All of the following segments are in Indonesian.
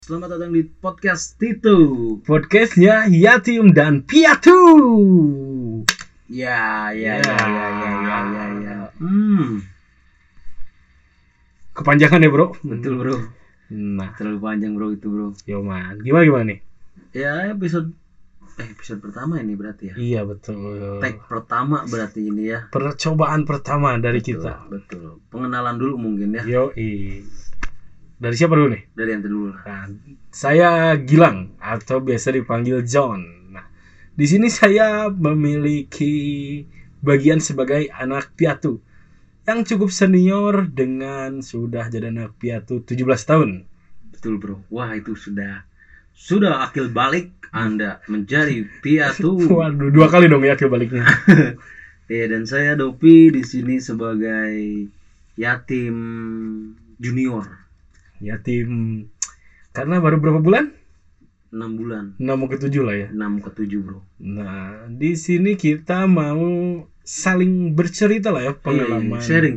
Selamat datang di podcast Tito. Podcastnya Yatim dan Piatu. Ya. Kepanjangan ya bro. Betul bro. Nah, Terlalu panjang bro itu bro. yo man, gimana nih? Ya episode pertama ini berarti ya. Iya betul. Tag pertama berarti ini ya. Percobaan pertama dari kita. Betul. Pengenalan dulu mungkin ya. Yoi. Dari siapa dulu nih? Dari yang dulu. Nah, saya Gilang atau biasa dipanggil John. Nah, di sini saya memiliki bagian sebagai anak piatu yang cukup senior dengan sudah jadi anak piatu 17 tahun. Betul bro. Wah itu sudah akil balik Anda menjadi piatu. Waduh, 2 kali dong ya baliknya. Iya, dan saya Dopi di sini sebagai yatim junior. Yatim karena baru berapa bulan? 6 bulan. 6 mau ke 7 lah ya. 6 ke 7 bro. Nah, di sini kita mau saling bercerita lah ya, pengalaman. Sharing.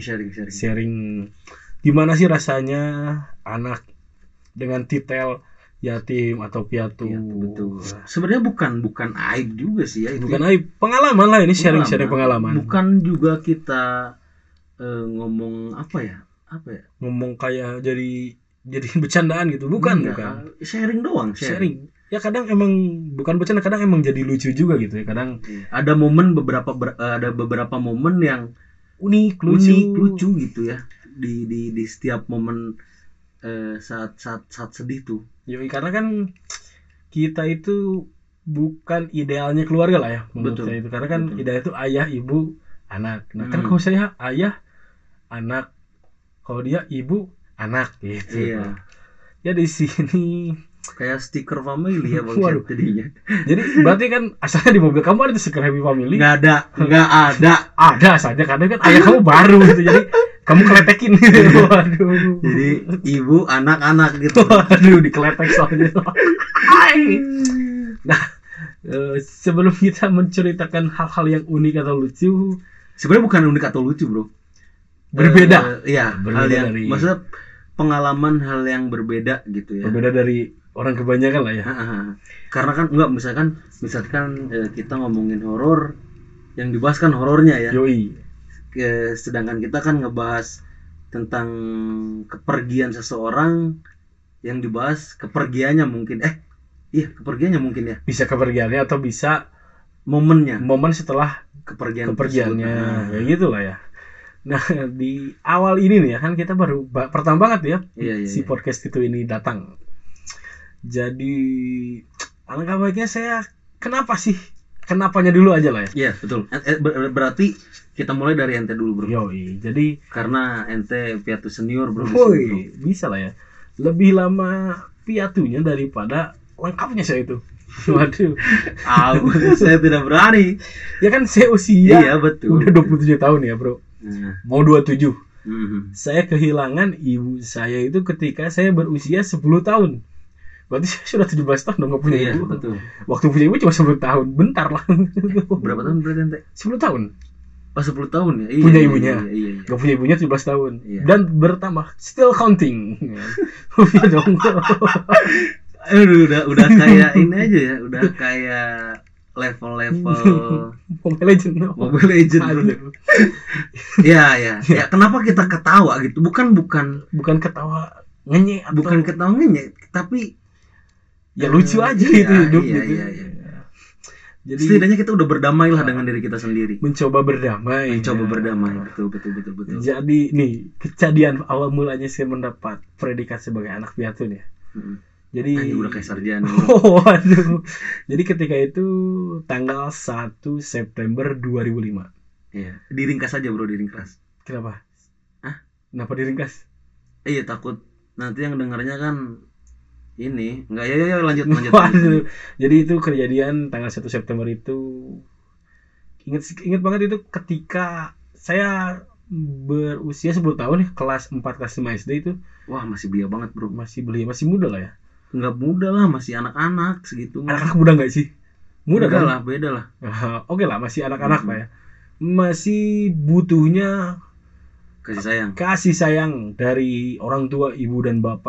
Gimana sih rasanya anak dengan titel yatim atau piatu? Iya, betul. Sebenarnya bukan aib juga sih ya itu. Bukan aib, pengalaman lah ini, sharing pengalaman. Bukan juga kita ngomong apa ya? Ngomong kayak jadi bercandaan gitu, bukan. Sharing doang. Ya kadang emang bukan bercanda, kadang emang jadi lucu juga gitu ya. Kadang ada beberapa momen yang unik, lucu gitu ya. Di setiap momen saat sedih tuh. Yoi, karena kan kita itu bukan idealnya keluarga lah ya menurut saya itu. Karena kan idealnya itu ayah, ibu, anak. Nah kan kalau saya ayah, anak, kalau dia ibu, anak gitu. Iya. Ya di sini kayak stiker family ya bang. Waduh. Jadinya. Jadi berarti kan asalnya di mobil kamu ada stiker happy family? Nggak ada. Ada saja karena kan ayah kamu baru gitu. Jadi kamu keletekin gitu. Waduh. Jadi ibu, anak gitu. Waduh, dikeletek soalnya. Nah, sebelum kita menceritakan hal-hal yang unik atau lucu, sebenarnya bukan unik atau lucu bro, berbeda. Iya, hal yang maksudnya pengalaman hal yang berbeda gitu ya. Berbeda dari orang kebanyakan lah ya. Karena kan enggak, misalkan kita ngomongin horor, yang dibahas kan horornya ya. Yoi. Sedangkan kita kan ngebahas tentang kepergian seseorang, yang dibahas kepergiannya mungkin. Kepergiannya mungkin ya. Bisa kepergiannya atau bisa momen setelah kepergiannya. Ya Nah. gitulah ya. Nah, di awal ini nih ya kan kita baru pertama banget ya si podcast itu ini datang. Jadi alangkah baiknya kenapanya dulu aja lah ya. Iya, betul. Berarti kita mulai dari ente dulu, bro. Yoi. Jadi karena ente piatu senior, bro. Woi, bisa lah ya. Lebih lama piatunya daripada lengkapnya saya itu. Waduh. Saya tidak berani. Ya kan saya usia. Iya, betul. Udah 27 tahun ya, bro. Mau 27. Saya kehilangan ibu saya itu ketika saya berusia 10 tahun. Berarti saya sudah 17 tahun dong gak punya ibu. Betul. Waktu punya ibu cuma 10 tahun. Bentar lah. Berapa tahun berarti ente? 10 tahun. Oh, 10 tahun ya? Iya, punya ibunya. Iya. Gak punya ibunya 17 tahun. Iya. Dan bertambah. Still counting. Iya dong. Udah kayak ini aja ya. Udah kayak level Mobile Legend. Ya, kenapa kita ketawa gitu? Bukan ketawa ngenyek atau bukan ketawa ngenyek, tapi ya lucu aja gitu hidup gitu. Iya. Jadi setidaknya kita udah berdamai lah dengan diri kita sendiri. Mencoba berdamai. Betul. Jadi nih kejadian awal mulanya saya mendapat predikat sebagai anak piatu nih. Jadi udah kayak sarjana. Waduh. Jadi ketika itu tanggal 1 September 2005. Iya. Diringkas aja bro, diringkas. Kenapa? Kenapa diringkas? Iya, takut nanti yang dengarnya kan ini enggak. Ya lanjut. Waduh. Jadi itu kejadian tanggal 1 September itu ingat banget, itu ketika saya berusia 10 tahun nih, kelas 4 kelas 5 SD itu. Wah, masih belia banget, bro. Masih muda lah ya. Enggak muda lah, masih anak-anak segitu. Anak-anak muda enggak sih? Muda kan? Lah, beda lah. Oke lah, masih anak-anak lah ya. Masih butuhnya kasih sayang dari orang tua, ibu dan bapak gitu.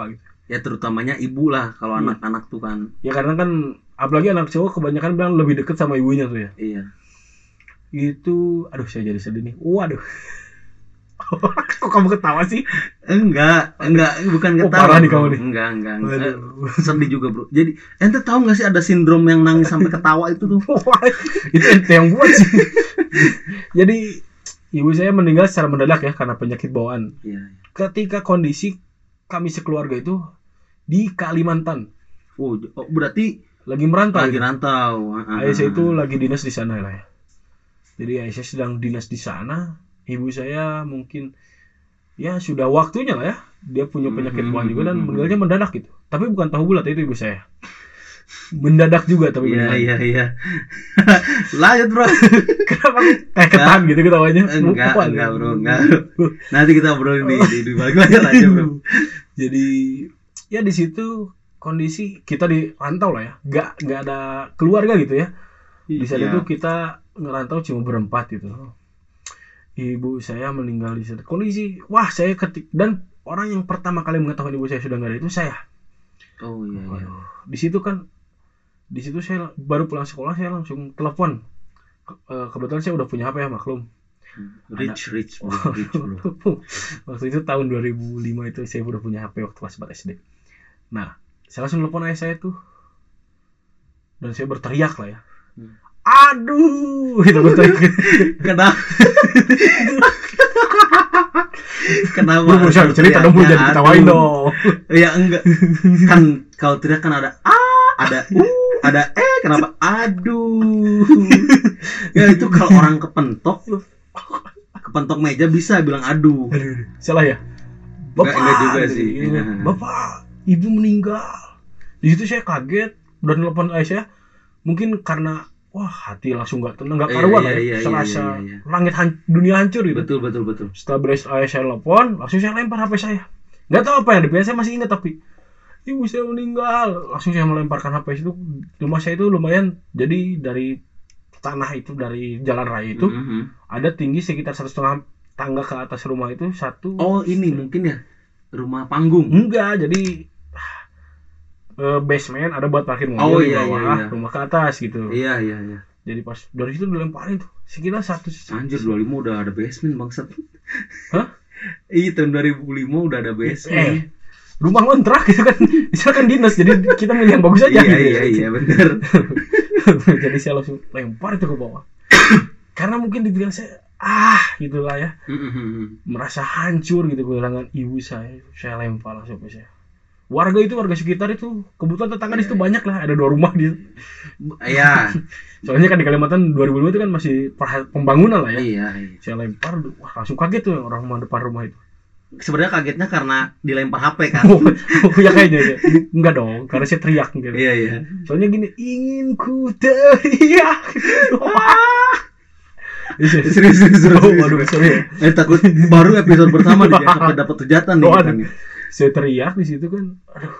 Ya terutamanya ibu lah kalau Iya. anak-anak tuh kan. Ya karena kan apalagi anak cowok kebanyakan bilang lebih deket sama ibunya tuh ya. Iya. Itu aduh saya jadi sedih nih. Waduh. Kok kamu ketawa sih? Enggak, bukan Oh, ketawa. parah nih Bro. kamu nih. Enggak. Waduh. Sedih juga, Bro. Jadi, ente tahu nggak sih ada sindrom yang nangis sampai ketawa itu tuh? Wah, itu ente yang buat sih. Jadi ibu saya meninggal secara mendadak ya karena penyakit bawaan. Iya. Ketika kondisi kami sekeluarga itu di Kalimantan Oh, berarti lagi merantau. lagi rantau. Ayah saya itu lagi dinas di sana lah ya. Jadi ayah saya sedang dinas di sana. Ibu saya mungkin ya sudah waktunya lah ya. Dia punya penyakit bawaan juga dan meninggalnya mendadak gitu. Tapi bukan tahu bulat itu ibu saya. Mendadak juga tapi meninggal. Iya. Lanjut, Bro. Kenapa kayak ketahan gitu ketawanya? Enggak, Bro. Enggak. Nanti kita obrolin di balik layar aja, Bro. Jadi ya di situ kondisi kita di rantau lah ya. Nggak ada keluarga gitu ya. Di saat itu kita ngerantau cuma berempat gitu. Ibu saya meninggal di situ. Kondisi wah saya dan orang yang pertama kali mengetahui ibu saya sudah nggak ada itu saya. Oh iya. Waduh. Di situ saya baru pulang sekolah saya langsung telepon. Kebetulan saya udah punya HP ya maklum. Rich, bro. Waktu itu tahun 2005 itu saya udah punya HP waktu kelas 4 SD. Nah, saya langsung telepon ayah saya tuh. Dan saya berteriak lah ya. Aduh, itu berteriak. Kenapa? Bro, saya cerita dong, jangan ketawain dong. Ya enggak. Kan kalau teriak kan ada ada kenapa? Aduh. Ya itu kalau orang kepentok meja bisa bilang aduh. Salah ya? Bapak enggak juga sih. Bapak, ibu meninggal. Di situ saya kaget, udah telepon ayah saya. Mungkin karena wah hati langsung nggak tenang, nggak karuan lah ya. Serasa langit dunia hancur gitu. Betul. Setelah beres ayah saya telepon, langsung saya lempar HP saya. Nggak tahu apa yang ada, saya masih ingat tapi ibu saya meninggal. Langsung saya melemparkan HP itu. Rumah saya itu lumayan, jadi dari tanah itu, dari jalan raya itu ada tinggi sekitar 1,5 tangga ke atas rumah itu satu. Oh ini mungkin ya rumah panggung. Enggak, jadi basement ada buat parkir mobil di bawah, rumah ke atas gitu. Iya. Jadi pas dari situ dilemparin tuh sekitar satu. Anjir 25 udah ada basement bangsat. Hah? Iya tahun 2005 udah ada basement. Rumah ngontrak gitu kan, misalkan dinas, jadi kita milih yang bagus aja. Iya benar. Jadi saya langsung lempar itu ke bawah. Karena mungkin dibilang saya gitulah ya, merasa hancur gitu kehilangan ibu saya lempar langsung ke saya. Warga sekitar itu kebetulan tetangga di situ banyak lah, ada 2 rumah di. Iya. Soalnya kan di Kalimantan 2005 itu kan masih pembangunan lah ya. Iya. Saya lempar, wah langsung kaget tuh orang rumah depan rumah itu. Sebenarnya kagetnya karena dilempar HP kan. Ya kayaknya ya. Enggak dong, karena saya teriak gitu. Iya. Soalnya gini, ingin ku teriak. Serius. Waduh, sorry ya. Takut baru episode pertama dapat hujatan nih kita nih. Saya teriak di situ kan,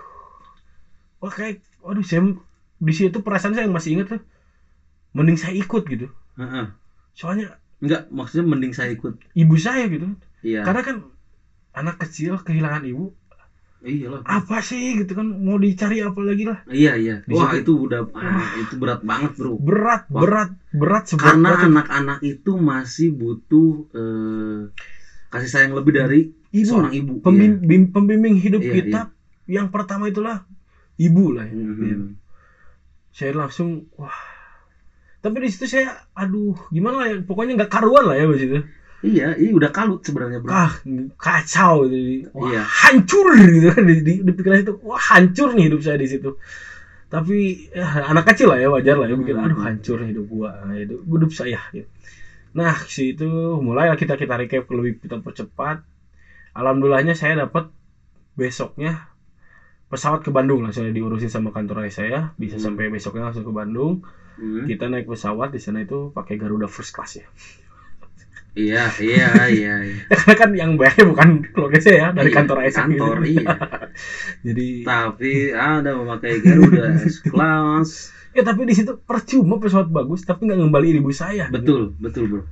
saya di situ perasaan saya yang masih ingat tuh, mending saya ikut gitu. Soalnya enggak, maksudnya mending saya ikut ibu saya gitu. Iya. Karena kan anak kecil kehilangan ibu. Iya lah. Apa sih gitu kan, mau dicari apa lagi lah. Iya. Wah itu udah itu berat banget bro. Berat karena anak-anak itu masih butuh kasih sayang lebih dari seorang ibu. Pembimbing hidup kita yang pertama itulah ibu lah ya. Saya langsung tapi di situ saya gimana lah ya, pokoknya nggak karuan lah ya di situ. Iya udah kalut sebenarnya bro. Kacau gitu. Hancur gitu kan di pikiran itu. Wah hancur nih hidup saya di situ. Tapi anak kecil lah ya, wajar lah ya mikir hancur nih hidup gua, hidup saya gitu. Nah situ mulailah kita recap lebih, kita percepat. Alhamdulillahnya saya dapat besoknya pesawat ke Bandung lah, saya diurusin sama kantor ayah saya, bisa sampai besoknya langsung ke Bandung. Kita naik pesawat di sana itu pakai Garuda first class ya. Iya. Karena kan yang bayar bukan keluarga saya ya, dari kantor ayah saya. Kantor gitu. Iya. Jadi tapi ada memakai Garuda first class. Ya tapi di situ percuma pesawat bagus tapi nggak ngembaliin ibu saya. Betul bro.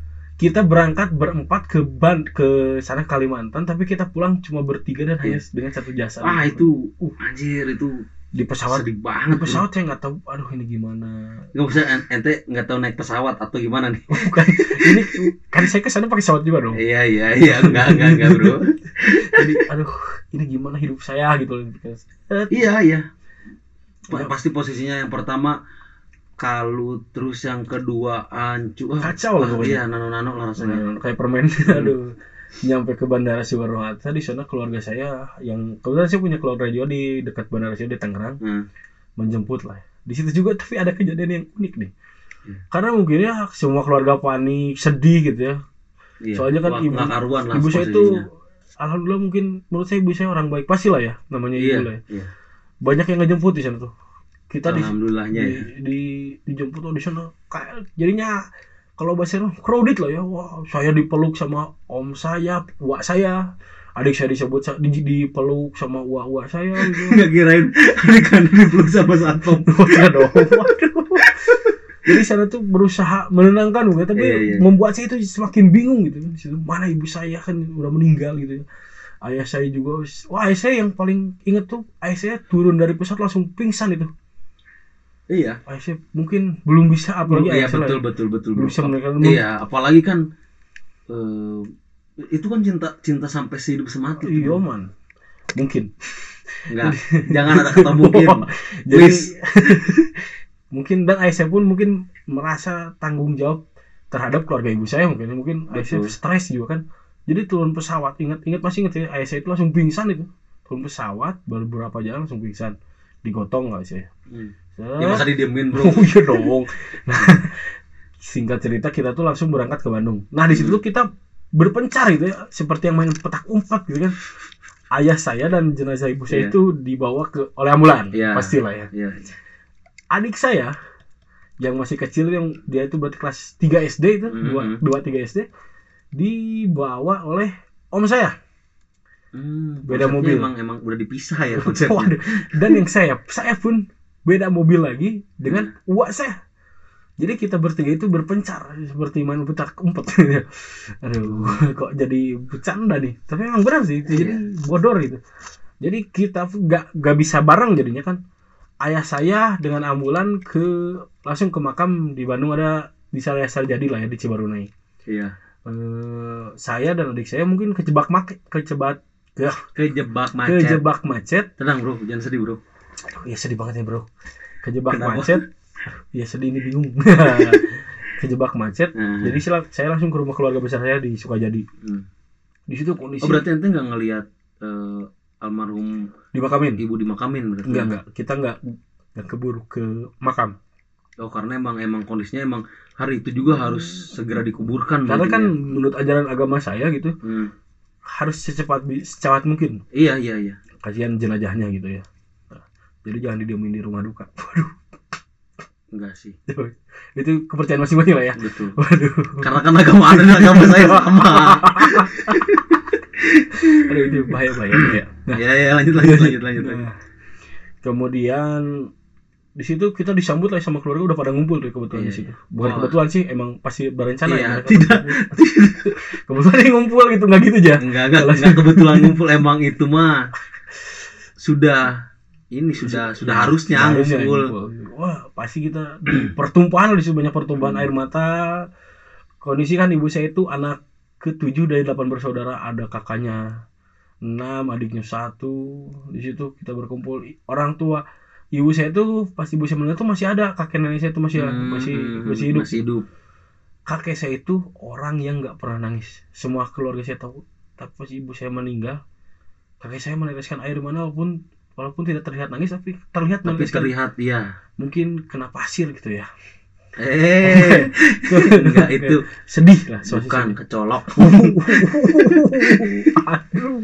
kita berangkat berempat ke sana Kalimantan, tapi kita pulang cuma bertiga dan hanya dengan satu jasa. Itu anjir itu di pesawat sedih banget. Di pesawat saya nggak tahu, aduh ini gimana. Nggak usah ente nggak tahu naik pesawat atau gimana nih? Bukan, ini kan saya kesana pakai pesawat juga dong. Iya enggak bro. Jadi aduh ini gimana hidup saya gitu. Iya. Pasti posisinya yang pertama kalut, terus yang kedua hancur. Kacau lah pokoknya. Iya, nano lah rasanya. Kayak permen. Aduh. Nyampe ke Bandara Soekarno Hatta, di sana keluarga saya yang kebetulan saya punya keluarga juga di dekat Bandara Soekarno di Tangerang. Menjemput lah. Di situ juga tapi ada kejadian yang unik nih. Karena mungkin ya semua keluarga panik, sedih gitu ya. Soalnya kan ibu saya itu alhamdulillah mungkin menurut saya ibu saya orang baik, pastilah ya namanya ibu lah ya. Banyak yang ngejemput di sana tuh. Kita alhamdulillahnya dijemput di sana kayak jadinya kalau bahasa crowded lah ya. Wah, saya dipeluk sama om saya, uak saya, adik saya dipeluk sama uak saya gitu. Nggak kirain adik kan dipeluk sama satpam. Ya dong. Jadi sana tuh berusaha menenangkan gue, tapi membuat saya itu semakin bingung gitu. Di situ mana ibu saya kan udah meninggal gitu. Ayah saya juga, ayah saya yang paling inget tuh, ayah saya turun dari pesawat langsung pingsan itu. Iya. Ayah saya mungkin belum bisa, apalagi ayah saya betul. Belum bisa menekan. Iya, apalagi kan itu kan cinta sampai sehidup semati. Iya man, mungkin. Enggak, jangan ada kata mungkin. Jadi mungkin dan ayah saya pun mungkin merasa tanggung jawab terhadap keluarga ibu saya mungkin ayah saya stres juga kan. Jadi turun pesawat, masih ingat ya, ayah saya itu langsung pingsan itu. Turun pesawat, baru beberapa jalan langsung pingsan. Digotong nggak sih? Ya masa didiemin bro? Oh iya dong. Nah, singkat cerita kita tuh langsung berangkat ke Bandung. Nah di situ tuh kita berpencar gitu ya, seperti yang main petak umpet gitu kan. Ayah saya dan jenazah ibu saya itu dibawa oleh ambulan, pastilah ya. Adik saya yang masih kecil, yang dia itu berarti kelas 3 SD itu, 2-3 SD, dibawa oleh om saya. Beda mobil. Emang udah dipisah ya konsepnya. Dan yang saya pun beda mobil lagi dengan uak saya. Jadi kita bertiga itu berpencar seperti main petak umpet. Aduh, kok jadi bercanda nih. Tapi memang benar sih, jadi bodor gitu. Jadi kita gak bisa bareng jadinya kan. Ayah saya dengan ambulan langsung ke makam di Bandung, ada di Sarjadi lah ya, di Cibarunai. Iya. Saya dan adik saya mungkin kejebak macet. Tenang bro, jangan sedih bro. Ya sedih banget ya bro. Kejebak macet. Ya sedih ini bingung. Kejebak macet. Jadi saya langsung ke rumah keluarga besar saya di Sukajadi. Di situ kondisi. Oh berarti ente nggak ngelihat almarhum dimakamin? Ibu dimakamin berarti? Enggak. Kita nggak keburu ke makam. Oh karena emang kondisinya emang hari itu juga harus segera dikuburkan. Karena kan menurut ajaran agama saya gitu, harus secepat mungkin. Iya. Kasihan jenazahnya gitu ya. Nah, jadi jangan didiemin di rumah duka. Waduh. Enggak sih. Itu kepercayaan masing-masing lah ya. Betul. Waduh. Karena kan agama ada dan agama saya sama. Aduh itu bahaya ya. Nah, ya lanjut. Nah, kemudian di situ kita disambut lah sama keluarga, udah pada ngumpul tuh kebetulan di situ. Bukan kebetulan sih, emang pasti berencana ya. Tidak. Kebetulan dia ngumpul gitu, enggak gitu aja. Enggak kebetulan ngumpul, emang itu mah sudah harusnya ngumpul. Wah, pasti kita pertumpahan, di situ banyak pertumpahan air mata. Kondisi kan ibu saya itu anak ke-7 dari 8 bersaudara, ada kakaknya 6, adiknya 1. Di situ kita berkumpul. Orang tua ibu saya tuh pas ibu saya meninggal tuh masih ada, kakek nenek saya tuh masih hidup. Kakek saya itu orang yang nggak pernah nangis. Semua keluarga saya tahu. Tapi pas ibu saya meninggal, kakek saya meneteskan air mana walaupun tidak terlihat nangis, tapi terlihat ya. Mungkin kena pasir gitu ya. Enggak, itu sedih lah. Bukan kecolok. Aduh.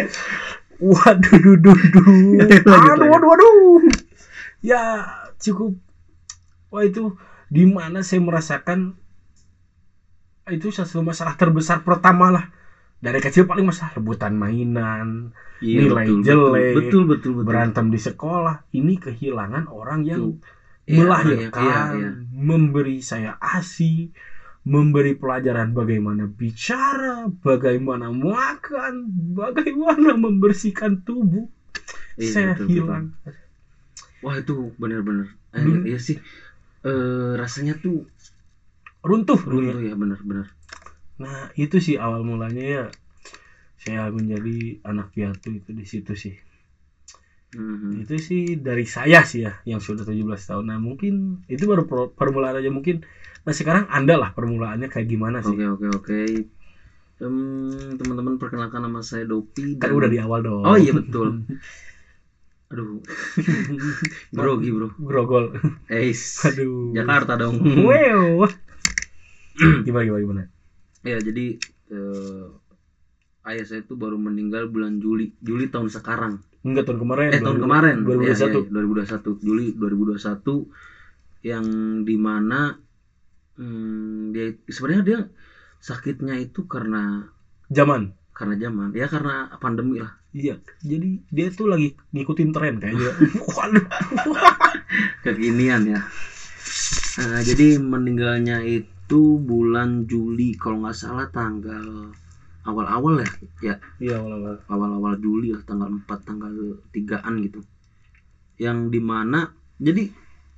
Waduh. Ya cukup. Wah itu di mana saya merasakan itu satu masalah terbesar pertama lah. Dari kecil paling masalah rebutan mainan, nilai jelek, betul. berantem di sekolah. Ini kehilangan orang yang melahirkan, memberi saya ASI, memberi pelajaran bagaimana bicara, bagaimana makan, bagaimana membersihkan tubuh. Iya, Saya betul, hilang. Wah itu benar-benar Dulu- iya sih. Rasanya tuh Runtuh runtuh dunia. ya, benar-benar. Nah, itu sih awal mulanya ya. Saya menjadi anak piatu itu di situ sih. Mhm. Itu sih dari saya sih ya yang sudah 17 tahun. Nah, mungkin itu baru permulaan aja mungkin. Nah, sekarang Anda lah permulaannya kayak gimana sih? Oke. Teman-teman, perkenalkan nama saya Dopi Kan dan udah di awal dong. Oh iya betul. Aduh, grogi bro. Grogol. Aduh. Jakarta dong. Wow. Gimana? Ya jadi ayah saya itu baru meninggal bulan Juli tahun sekarang. Enggak, tahun kemarin. Tahun kemarin. 2021. 2021 Juli 2021 yang dimana dia sebenarnya dia sakitnya itu karena Zaman. ya karena pandemi lah. Iya, jadi dia tuh lagi ngikutin tren kayaknya. Kekinian ya. Jadi meninggalnya itu bulan Juli kalau nggak salah tanggal awal-awal ya. Iya, Awal-awal Juli lah, tanggal 4 tanggal 3-an gitu. Yang dimana jadi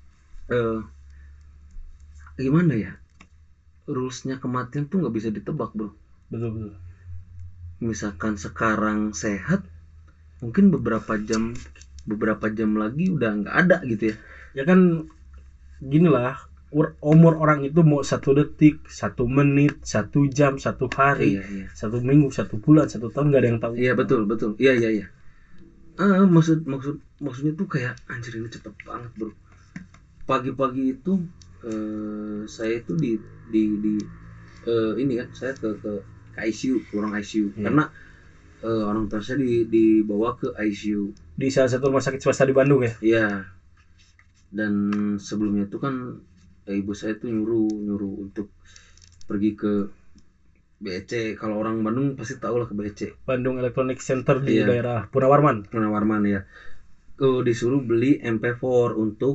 gimana ya, rulesnya kematian tuh nggak bisa ditebak bro. Betul. Misalkan sekarang sehat, mungkin beberapa jam lagi udah nggak ada gitu ya. Ya kan gini lah, umur orang itu mau 1 detik, 1 menit, 1 jam, 1 hari, Iya. 1 minggu, 1 bulan, 1 tahun nggak ada yang tahu. Iya betul. Iya. Maksudnya tuh kayak anjir ini cepet banget bro. Pagi-pagi itu saya itu di ini kan saya ke ICU, ruang ICU. Iya. Karena orang tua saya dibawa ke ICU Di salah satu rumah sakit swasta di Bandung ya. iya. Dan sebelumnya itu kan ibu saya tuh nyuruh untuk pergi ke BEC. Kalau orang Bandung pasti tahu lah ke BEC, Bandung Electronic Center di Iya. daerah Purnawarman. ya. Disuruh beli MP4 untuk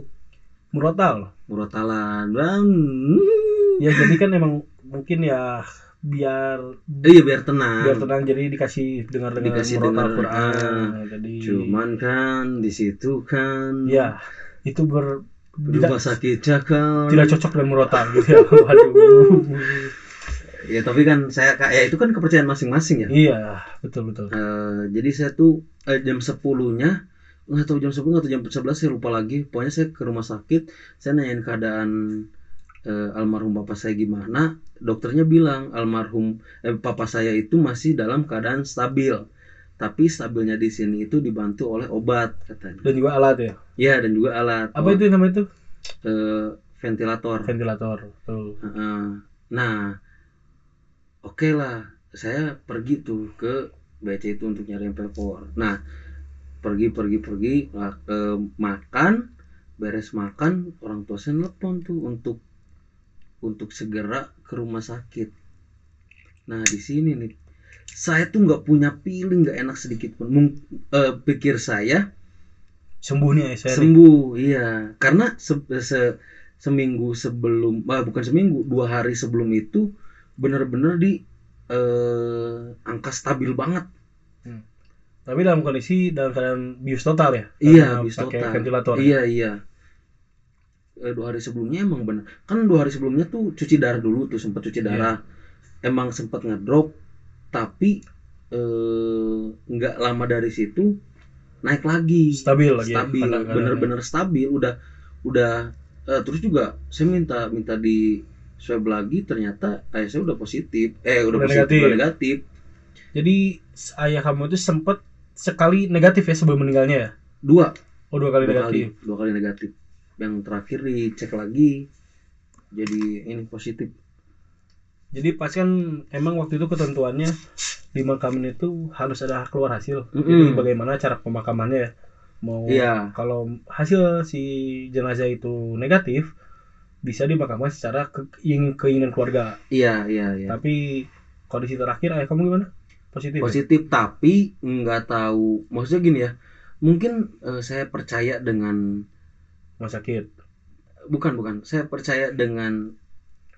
murotalan dan Ya jadi kan emang mungkin ya biar biar tenang. jadi dikasih dengar Dikasih murotal dengar, Quran. Jadi Cuman kan di situ kan ya itu rumah sakit Jakal tidak cocok dengan murotal gitu ya. Waduh. ya, tapi kan saya itu kan kepercayaan masing-masing ya. Iya, betul. Jadi saya tuh jam 10-nya nggak tahu jam 10 atau jam 11 saya lupa lagi. Pokoknya saya ke rumah sakit, saya nanyain keadaan almarhum bapak saya gimana. Dokternya bilang almarhum papa saya itu masih dalam keadaan stabil. Tapi stabilnya di sini itu dibantu oleh obat katanya. Dan juga alat ya. Ya, dan juga alat. Apa itu namanya itu? Ventilator. Betul. Nah, oke lah, saya pergi tuh ke BC itu untuk nyari MP4. Nah, pergi makan, beres makan, orang tua saya nelpon tuh untuk segera ke rumah sakit. Nah, di sini nih, saya tuh nggak punya feeling, nggak enak sedikit pun. Pikir saya Sembuh nih saya. Sembuh, iya. Karena seminggu sebelum, bukan seminggu, 2 hari sebelum itu benar-benar di angka stabil banget. Tapi dalam keadaan bius total ya? Iya, bius pakai total. ventilator. Iya. 2 hari sebelumnya emang benar. Kan 2 hari sebelumnya tuh cuci darah dulu tuh, sempat cuci darah. Emang sempat ngedrop, tapi nggak lama dari situ naik lagi. Stabil lagi. Bener-bener stabil. Udah terus juga saya minta di swab lagi, ternyata ayah saya udah positif. Udah negatif. Jadi ayah kamu itu sempat sekali negatif ya sebelum meninggalnya ya? 2 kali negatif. 2 kali negatif. Yang terakhir dicek lagi, jadi ini positif. Jadi pas kan emang waktu itu ketentuannya di makaman itu harus ada keluar hasil. Jadi bagaimana cara pemakamannya ya? Kalau hasil si jenazah itu negatif, bisa dimakamkan secara keinginan keluarga. Iya. Tapi kondisi terakhir ayah kamu gimana? Positif, tapi nggak tahu. Maksudnya gini ya, mungkin saya percaya dengan rumah sakit. Bukan. Saya percaya dengan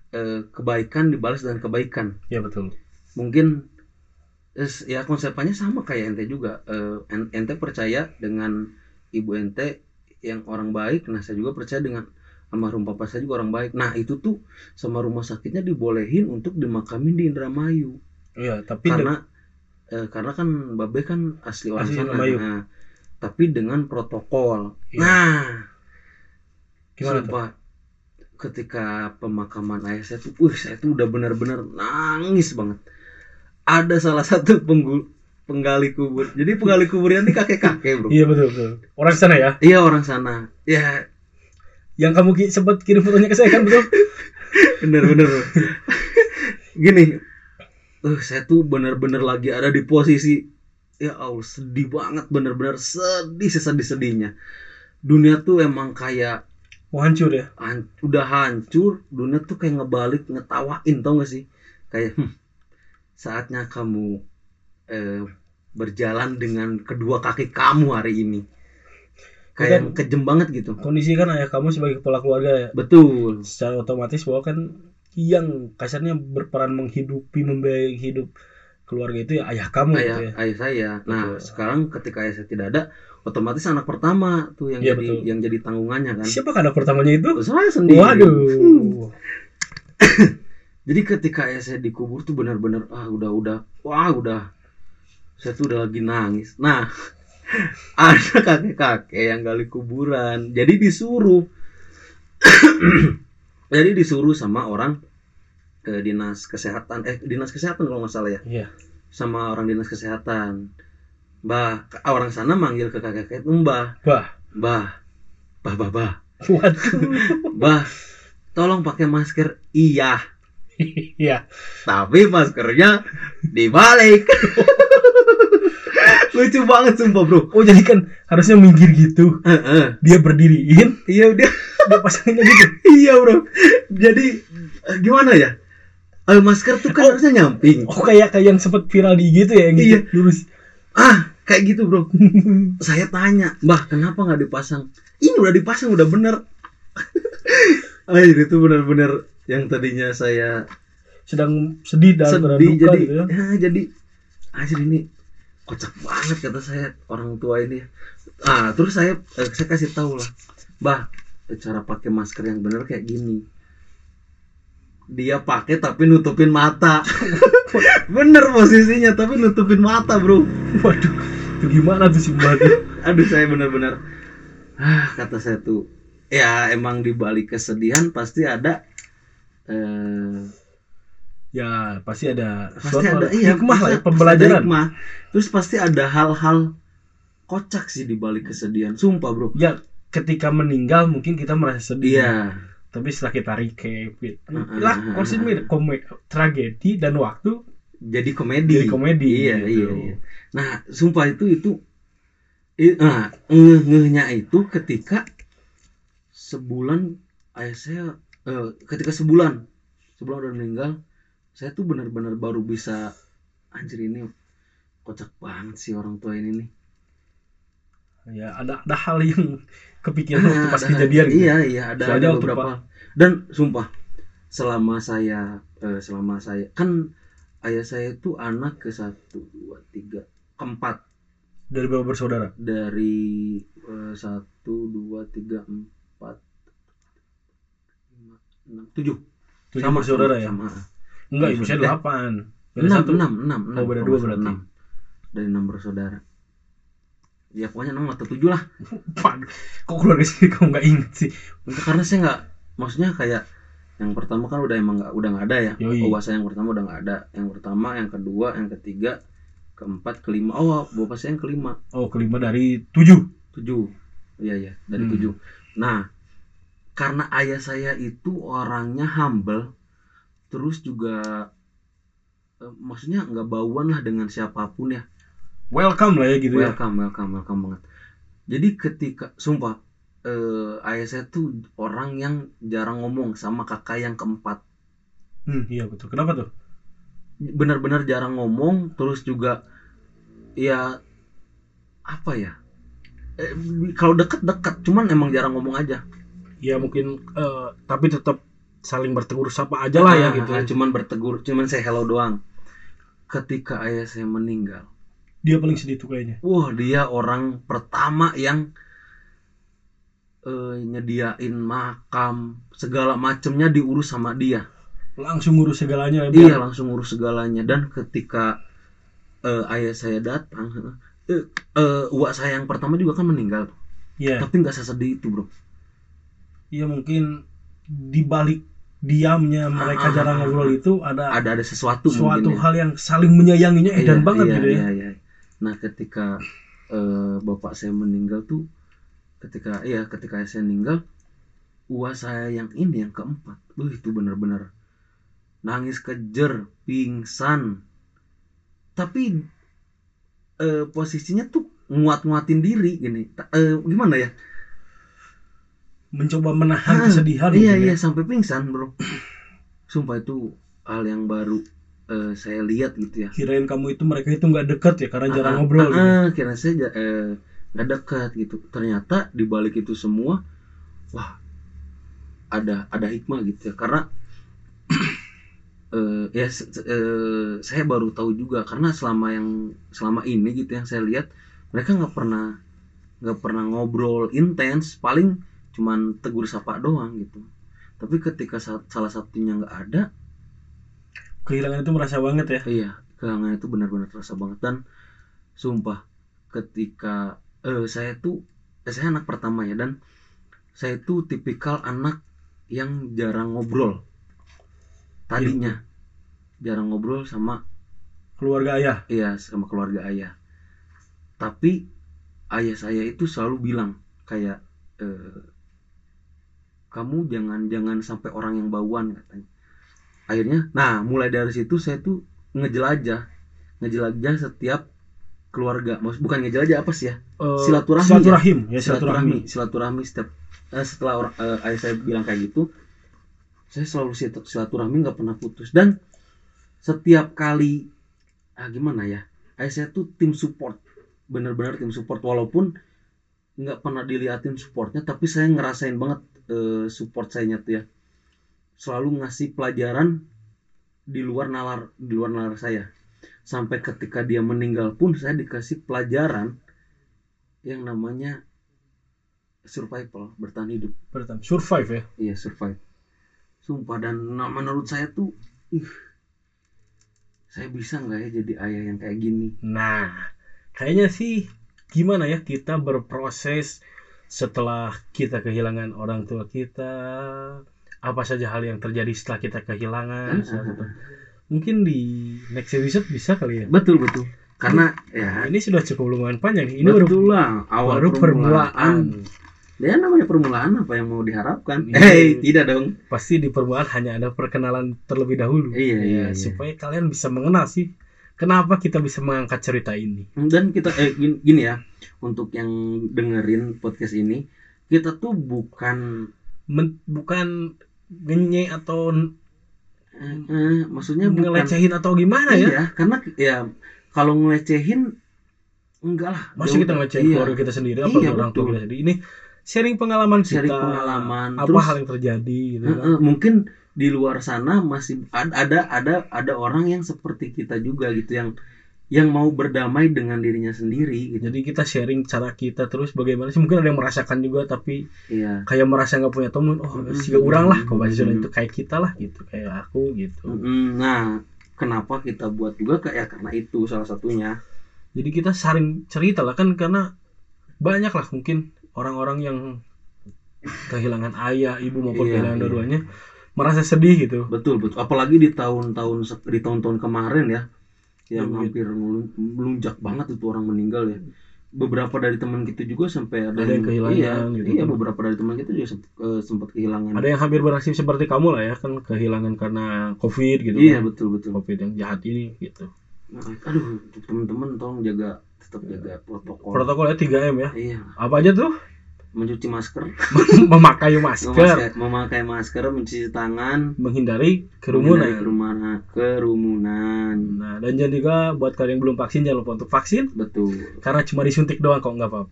kebaikan dibalas dengan kebaikan. Ya betul. Mungkin ya konsepnya sama kayak ente juga. Ente percaya dengan ibu ente yang orang baik, nah saya juga percaya dengan almarhum papa saya juga orang baik. Nah itu tuh sama rumah sakitnya dibolehin untuk dimakamin di Indramayu. Iya, tapi Karena kan Babe kan asli orang Asli sana. Indramayu. Nah, tapi dengan protokol. Iya. Nah, gimana tuh? sumpah ketika pemakaman ayah saya tuh, saya tuh udah benar-benar nangis banget. Ada salah satu penggali kubur. Jadi penggali kuburnya ini kakek-kakek, bro. Iya betul. Orang sana ya? Iya orang sana. Ya. Yang kamu sempat kirim fotonya ke saya kan betul? Bener bro. Gini, saya tuh benar-benar lagi ada di posisi, ya Allah sedih banget, benar-benar sedih-sedihnya. Dunia tuh emang kayak hancur ya? Udah hancur, dunia tuh kayak ngebalik, ngetawain, tau gak sih? Kayak saatnya kamu berjalan dengan kedua kaki kamu hari ini. Kayak kejem banget gitu. Kondisi kan ayah kamu sebagai kepala keluarga ya? Betul. Secara otomatis bahwa kan yang kasarnya berperan menghidupi, membiayai hidup keluarga itu ya ayah kamu gitu ya? Ayah saya. Nah, betul. Sekarang ketika ayah saya tidak ada, otomatis anak pertama tuh yang yang jadi tanggungannya kan. Siapa anak pertamanya itu? Saya sendiri. Waduh. Jadi ketika ayah saya dikubur tuh benar-benar udah saya tuh udah lagi nangis. Nah, ada kakek-kakek yang gali kuburan. Jadi disuruh sama orang dinas kesehatan kalau nggak salah ya. Iya. Sama orang dinas kesehatan. Orang sana manggil ke kakek-kakek itu Mbah. Waduh. Mbah, tolong pakai masker. Iya. Tapi maskernya dibalik. Lucu banget sumpah bro. Oh jadi kan harusnya minggir gitu. Dia berdiriin. Iya dia pasanginnya gitu. Iya bro. Jadi gimana ya? Masker tuh kan harusnya nyamping. Oh kayak yang sempat viral di gitu ya yang iya. Gitu, lurus. Kayak gitu bro. Saya tanya, Mbah kenapa nggak dipasang? Ini udah dipasang, udah bener. Itu benar-benar yang tadinya saya sedang sedih dan duka gitu ya. Jadi anjir ini kocak banget kata saya orang tua ini. Terus saya kasih tahu lah, Mbah, cara pakai masker yang benar kayak gini. Dia pakai tapi nutupin mata. Bener posisinya tapi nutupin mata, bro. Waduh, itu gimana tuh sih Mbah tuh? Aduh, saya benar-benar kata saya tuh ya emang di balik kesedihan pasti ada pasti ada hikmah lah, pembelajaran. Terus pasti ada hal-hal kocak sih di balik kesedihan, sumpah bro. Ya ketika meninggal mungkin kita merasa sedih. Iya. Tapi setelah kita recap, tragedi dan waktu jadi komedi. Iya. Nah, sumpah itu ngehnya itu ketika sebulan ayah saya ketika sebulan udah meninggal, saya tuh benar-benar baru bisa anjir ini kocak banget sih orang tua ini nih. Ya ada hal yang kepikiran waktu pas kejadian gitu. Iya ada beberapa. Dan sumpah selama saya kan ayah saya itu anak ke 1, 2, 3, keempat. Dari berapa bersaudara? Dari 1, 2, 3, 4, 5, 6, 7. Sama bersaudara ya? Sama. Enggak, ibu saya 8. 6. Oh, beda 2 berarti. 6. Dari 6 bersaudara. Ya pokoknya 6 atau 7 lah. Kok keluarga sini kamu nggak inget sih? Karena saya nggak, maksudnya kayak yang pertama kan udah nggak ada ya. Bapak saya yang pertama udah nggak ada. Yang pertama, yang kedua, yang ketiga, keempat, kelima. Bapak saya yang kelima. Kelima dari 7. Iya dari 7. Nah, karena ayah saya itu orangnya humble, terus juga maksudnya nggak bauan lah dengan siapapun ya. Welcome lah ya gitu. Welcome banget. Jadi ketika sumpah ayah saya tuh orang yang jarang ngomong sama kakak yang keempat. Iya betul. Kenapa tuh? Benar-benar jarang ngomong, terus juga ya apa ya? Kalau deket, cuman emang jarang ngomong aja. Ya mungkin tapi tetap saling bertegur sapa aja lah ya gitu. Cuman bertegur, cuman say hello doang. Ketika ayah saya meninggal, Dia paling sedih tuh kayaknya. wah dia orang pertama yang nyediain makam, segala macemnya diurus sama dia. Langsung ngurus segalanya ya. Iya, langsung ngurus segalanya. Dan ketika ayah saya datang, uak saya yang pertama juga kan meninggal. Iya. Tapi nggak sesedih itu, bro. Iya, mungkin di balik diamnya mereka jarang ngobrol itu ada sesuatu suatu mungkin, ya. hal yang saling menyayanginya edan banget gitu ya. Iya. Nah, ketika bapak saya meninggal tuh, ketika saya meninggal, uak saya yang ini yang keempat, itu benar-benar nangis kejer, pingsan. Tapi posisinya tuh nguat-nguatin diri gini. Gimana ya? Mencoba menahan kesedihan. Iya, sampai pingsan, bro. Sumpah itu hal yang baru saya lihat gitu ya. Kirain kamu itu mereka itu nggak dekat ya karena jarang ngobrol. Gitu. Kira saya nggak dekat gitu. Ternyata di balik itu semua, wah, ada hikmah gitu ya. Karena saya baru tahu juga, karena selama ini gitu yang saya lihat, mereka nggak pernah ngobrol intens, paling cuman tegur sapa doang gitu. Tapi ketika salah satunya nggak ada, kehilangan itu merasa banget ya. Iya, kehilangan itu benar-benar terasa banget. Dan sumpah, ketika saya anak pertama ya, dan saya itu tipikal anak yang jarang ngobrol tadinya. Jarang ngobrol sama keluarga ayah. Iya, sama keluarga ayah. Tapi ayah saya itu selalu bilang kayak, kamu jangan sampai orang yang bauan, katanya. Akhirnya, nah mulai dari situ saya tuh ngejelajah setiap keluarga. Bukan ngejelajah, apa sih ya? Silaturahmi setiap setelah ayah saya bilang kayak gitu, saya selalu silaturahmi, nggak pernah putus. Dan setiap kali gimana ya, ayah saya tuh tim support, bener-bener tim support. Walaupun nggak pernah diliatin supportnya, tapi saya ngerasain banget support saya tuh ya. Selalu ngasih pelajaran di luar nalar saya. Sampai ketika dia meninggal pun saya dikasih pelajaran yang namanya survival, bertahan hidup. Survive ya? Iya, survive. Sumpah, dan menurut saya tuh, saya bisa nggak ya jadi ayah yang kayak gini? Nah, kayaknya sih gimana ya kita berproses setelah kita kehilangan orang tua kita, apa saja hal yang terjadi setelah kita kehilangan. Mungkin di next episode bisa kali ya. Betul. Karena ya ini sudah cukup lumayan panjang. Ini betul lah, awal permulaan. Ya namanya permulaan, apa yang mau diharapkan? Tidak dong. Pasti di permulaan hanya ada perkenalan terlebih dahulu. Iya. Supaya kalian bisa mengenal sih kenapa kita bisa mengangkat cerita ini. Dan kita gini ya, untuk yang dengerin podcast ini, kita tuh bukan ngenye atau maksudnya ngelecehin atau gimana ya? Iya, karena ya kalau ngelecehin enggak lah. Masih kita ngelecehin keluarga kita sendiri, apa orang tua kita sendiri. Ini sharing pengalaman kita. Apa terus, hal yang terjadi gitu kan. Mungkin di luar sana masih ada orang yang seperti kita juga gitu, yang mau berdamai dengan dirinya sendiri gitu. Jadi kita sharing cara kita terus bagaimana sih, mungkin ada yang merasakan juga tapi kayak merasa nggak punya teman. Siga orang lah kalau bahasa Sunda itu kayak kita lah gitu, kayak aku gitu. Nah, kenapa kita buat juga karena itu salah satunya. Jadi kita saling cerita lah kan, karena banyak lah mungkin orang-orang yang kehilangan ayah, ibu maupun kehilangan dua-duanya merasa sedih gitu. Betul. Apalagi di tahun-tahun kemarin ya, yang hampir melunjak banget itu orang meninggal ya. Beberapa dari teman kita juga sampai ada yang kehilangan gitu. Iya, beberapa dari teman kita juga sempat kehilangan. Ada yang hampir bernasib seperti kamu lah ya, kan kehilangan karena COVID gitu. Iya, kan? Betul. COVID yang jahat ini gitu. Aduh, teman-teman tolong tetap jaga protokol. Protokolnya 3M ya. Iya. Apa aja tuh? Mencuci masker, memakai masker, mencuci tangan, menghindari kerumunan. Nah, dan jangan juga buat kalian yang belum vaksin, jangan lupa untuk vaksin. Betul. Karena cuma disuntik doang kok, nggak apa-apa.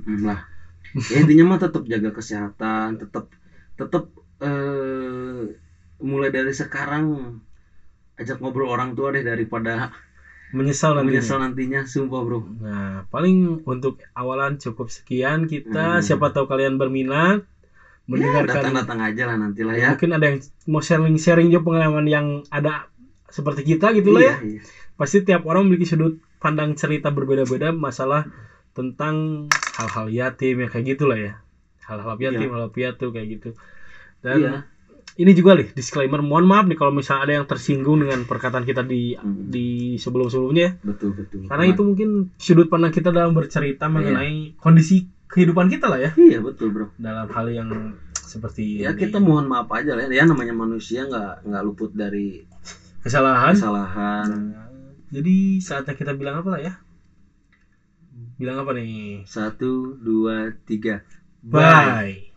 Lah. Ya, intinya mah tetap jaga kesehatan, tetap mulai dari sekarang ajak ngobrol orang tua deh daripada Menyesal menyesal nantinya. nantinya, sumpah bro. Nah, paling untuk awalan cukup sekian kita. Hmm. Siapa tahu kalian berminat Ya, mendengarkan. datang-datang aja lah nantilah ya. Mungkin ada yang mau sharing juga pengalaman yang ada seperti kita gitu lah ya. Iya. Pasti tiap orang memiliki sudut pandang cerita berbeda-beda masalah tentang hal-hal yatim ya kayak gitulah ya. Hal-hal yatim, Iya. hal-hal piatu kayak gitu. Dan Iya. ini juga nih disclaimer, mohon maaf nih kalau misalnya ada yang tersinggung dengan perkataan kita di sebelum-sebelumnya ya. Betul. Karena itu mungkin sudut pandang kita dalam bercerita mengenai kondisi kehidupan kita lah ya. Iya betul bro. Dalam hal yang seperti Ya ini. kita mohon maaf aja lah ya, namanya manusia nggak luput dari Kesalahan. kesalahan. Jadi saatnya kita bilang apa lah ya? Bilang apa nih? 1, 2, 3. Bye.